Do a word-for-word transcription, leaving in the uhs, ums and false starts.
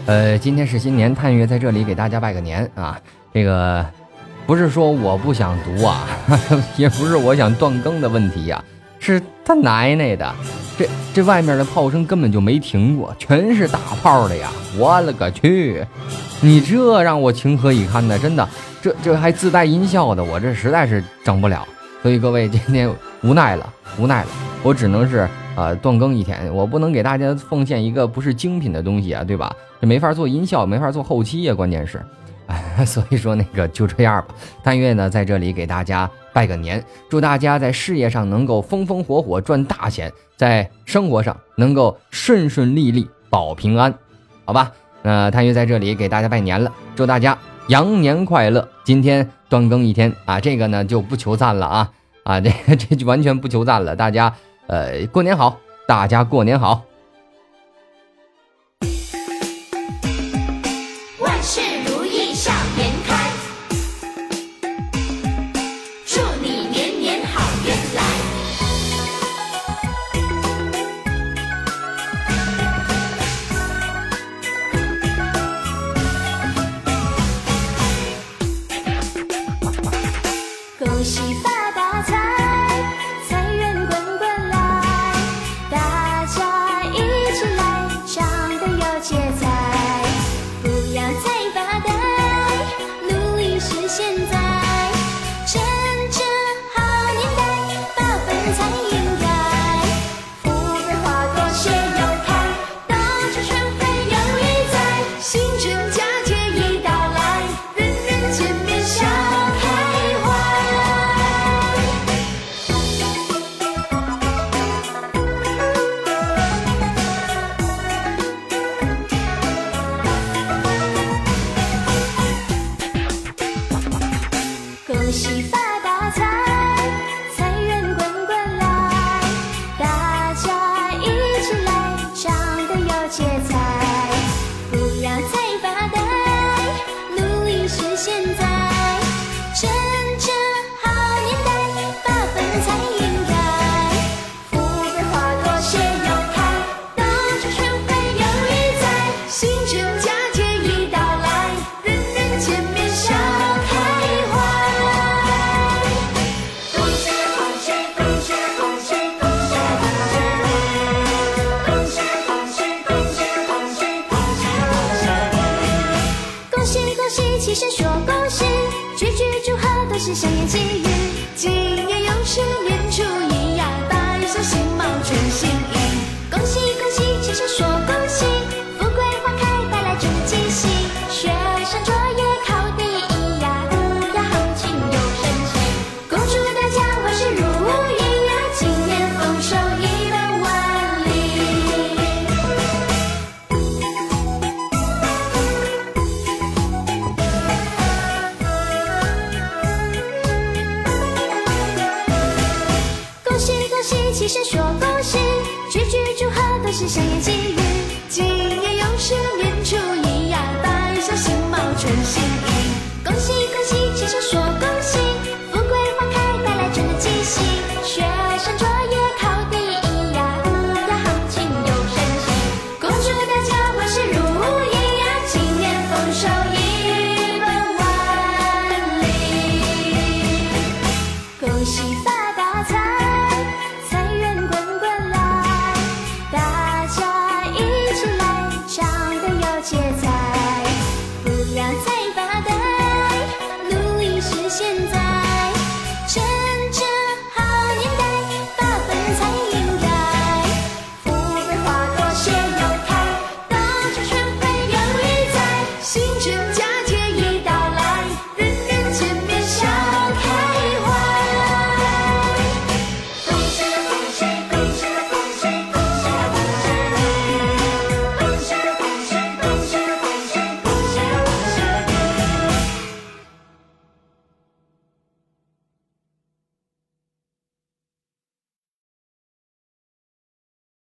呃，今天是新年，探月在这里给大家拜个年啊！这个不是说我不想读啊，也不是我想断更的问题呀、啊，是他奶奶的，这这外面的炮声根本就没停过，全是大炮的呀！我勒个去，你这让我情何以堪呢？真的，这这还自带音效的，我这实在是整不了。所以各位今天无奈了，无奈了，我只能是啊、呃、断更一天，我不能给大家奉献一个不是精品的东西啊，对吧？这没法做音效，没法做后期呀、啊，关键是，哎，所以说那个就这样吧。探月呢在这里给大家拜个年，祝大家在事业上能够风风火火赚大钱，在生活上能够顺顺利利保平安，好吧？那探月在这里给大家拜年了，祝大家羊年快乐！今天断更一天啊，这个呢就不求赞了啊啊，这个这就完全不求赞了，大家呃过年好，大家过年好。 万事如意笑颜开，祝你年年好运来。恭喜发大财，财源滚滚来，大家一起来，长得有节财，不要再发呆，努力是现在，趁着好年代，把分才应该，富贵花朵谢又开，到处春回有意在，新春佳节已到来，人人见面笑开怀。恭喜发大财，财源滚滚来，大家一起来，长得有节财，不要再发呆，努力是现在，趁着好年代，把分才应该，富贵花朵谢又开，到处春回有意在，新春佳节已到来，人人见面笑开怀。恭喜恭喜恭喜恭喜恭喜恭喜恭喜恭喜恭喜恭喜恭喜恭喜恭喜，齐声说恭喜，句句祝贺都是祥言吉语，今年又是年初一呀，百姓兴茂全新意。恭喜恭喜，齐声说恭喜，富贵花开带来祝吉喜，学生作业考第一呀，不要行情有神奇。恭祝大家万事如意呀，今年丰收一本万利。恭喜恭喜，齐声说恭喜，句句祝贺都是祥言吉语，